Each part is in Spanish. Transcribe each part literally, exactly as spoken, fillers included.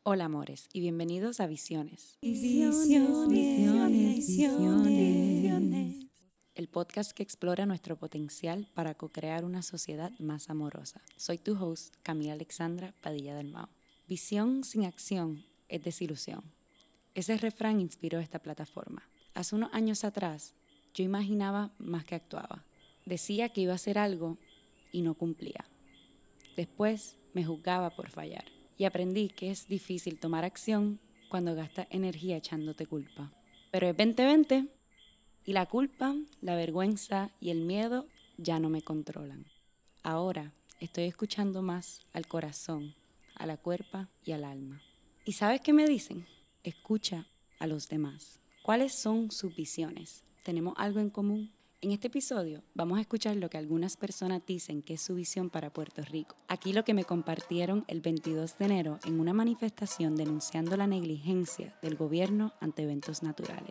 Hola amores y bienvenidos a Visiones. Visiones, visiones, visiones. El podcast que explora nuestro potencial para co-crear una sociedad más amorosa. Soy tu host, Camila Alexandra Padilla del Mao. Visión sin acción es desilusión. Ese refrán inspiró esta plataforma. Hace unos años atrás, yo imaginaba más que actuaba. Decía que iba a hacer algo y no cumplía. Después me juzgaba por fallar. Y aprendí que es difícil tomar acción cuando gastas energía echándote culpa. Pero es veinte veinte y la culpa, la vergüenza y el miedo ya no me controlan. Ahora estoy escuchando más al corazón, a la cuerpa y al alma. ¿Y sabes qué me dicen? Escucha a los demás. ¿Cuáles son sus visiones? ¿Tenemos algo en común? En este episodio vamos a escuchar lo que algunas personas dicen que es su visión para Puerto Rico. Aquí lo que me compartieron el veintidós de enero en una manifestación denunciando la negligencia del gobierno ante eventos naturales.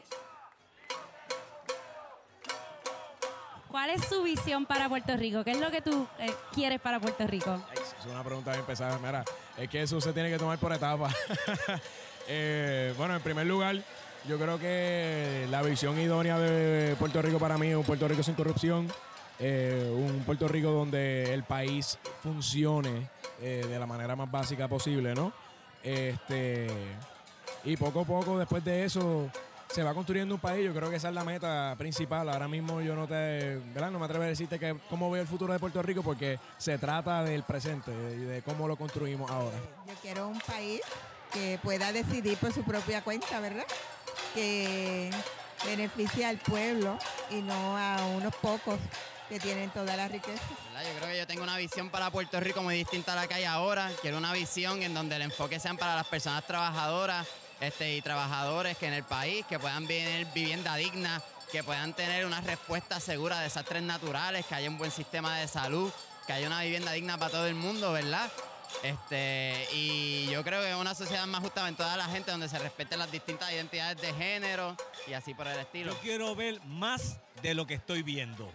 ¿Cuál es su visión para Puerto Rico? ¿Qué es lo que tú eh, quieres para Puerto Rico? Es una pregunta bien pesada. Mira, es que eso se tiene que tomar por etapas. eh, bueno, en primer lugar, yo creo que la visión idónea de Puerto Rico para mí es un Puerto Rico sin corrupción, eh, un Puerto Rico donde el país funcione eh, de la manera más básica posible, ¿no? Este, y poco a poco, después de eso, se va construyendo un país. Yo creo que esa es la meta principal. Ahora mismo yo no te, ¿verdad? No me atrevo a decirte que cómo veo el futuro de Puerto Rico, porque se trata del presente y de, de cómo lo construimos ahora. Yo quiero un país que pueda decidir por su propia cuenta, ¿verdad? Que beneficie al pueblo y no a unos pocos que tienen toda la riqueza. ¿Verdad? Yo creo que yo tengo una visión para Puerto Rico muy distinta a la que hay ahora. Quiero una visión en donde el enfoque sean para las personas trabajadoras este, y trabajadores que en el país, que puedan tener vivienda digna, que puedan tener una respuesta segura a desastres naturales, que haya un buen sistema de salud, que haya una vivienda digna para todo el mundo, ¿verdad? Este, y yo creo que es una sociedad más justa en toda la gente, donde se respeten las distintas identidades de género y así por el estilo. Yo quiero ver más de lo que estoy viendo.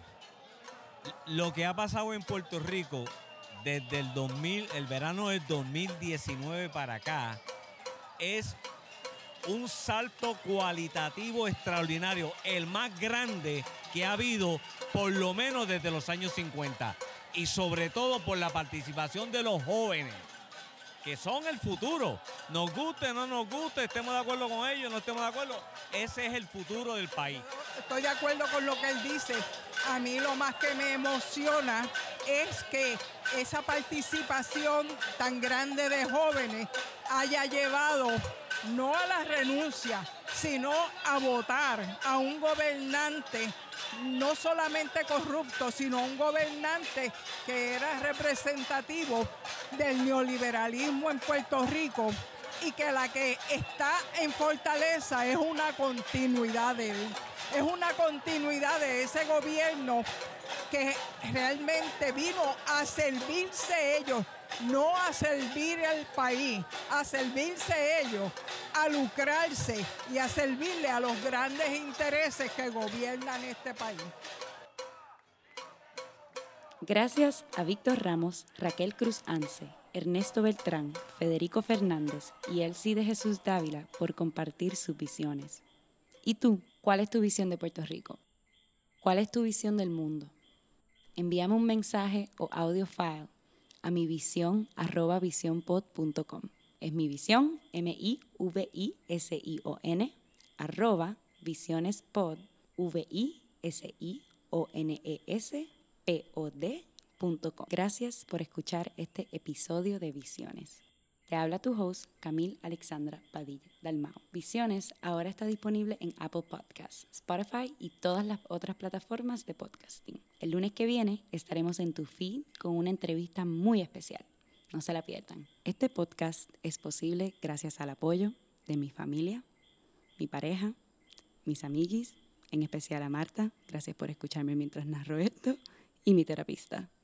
Lo que ha pasado en Puerto Rico desde el dos mil, el verano del dos mil diecinueve para acá, es un salto cualitativo extraordinario, el más grande que ha habido por lo menos desde los años cincuenta. Y sobre todo por la participación de los jóvenes, que son el futuro. Nos guste, no nos guste, estemos de acuerdo con ellos, no estemos de acuerdo. Ese es el futuro del país. Estoy de acuerdo con lo que él dice. A mí lo más que me emociona es que esa participación tan grande de jóvenes haya llevado no a la renuncia, sino a votar a un gobernante no solamente corrupto, sino un gobernante que era representativo del neoliberalismo en Puerto Rico y que la que está en fortaleza es una continuidad de él. Es una continuidad de ese gobierno que realmente vino a servirse ellos, no a servir al país, a servirse ellos, a lucrarse y a servirle a los grandes intereses que gobiernan este país. Gracias a Víctor Ramos, Raquel Cruz Anse, Ernesto Beltrán, Federico Fernández y Elsie de Jesús Dávila por compartir sus visiones. ¿Y tú? ¿Cuál es tu visión de Puerto Rico? ¿Cuál es tu visión del mundo? Envíame un mensaje o audio file a mi visión arroba visionpod punto com. Es mi visión, M I V I S I O N, arroba visionespod, V I S I O N E S P O D punto com. Gracias por escuchar este episodio de Visiones. Te habla tu host, Camila Alexandra Padilla Dalmao. Visiones ahora está disponible en Apple Podcasts, Spotify y todas las otras plataformas de podcasting. El lunes que viene estaremos en tu feed con una entrevista muy especial. No se la pierdan. Este podcast es posible gracias al apoyo de mi familia, mi pareja, mis amiguis, en especial a Marta. Gracias por escucharme mientras narro esto. Y mi terapista.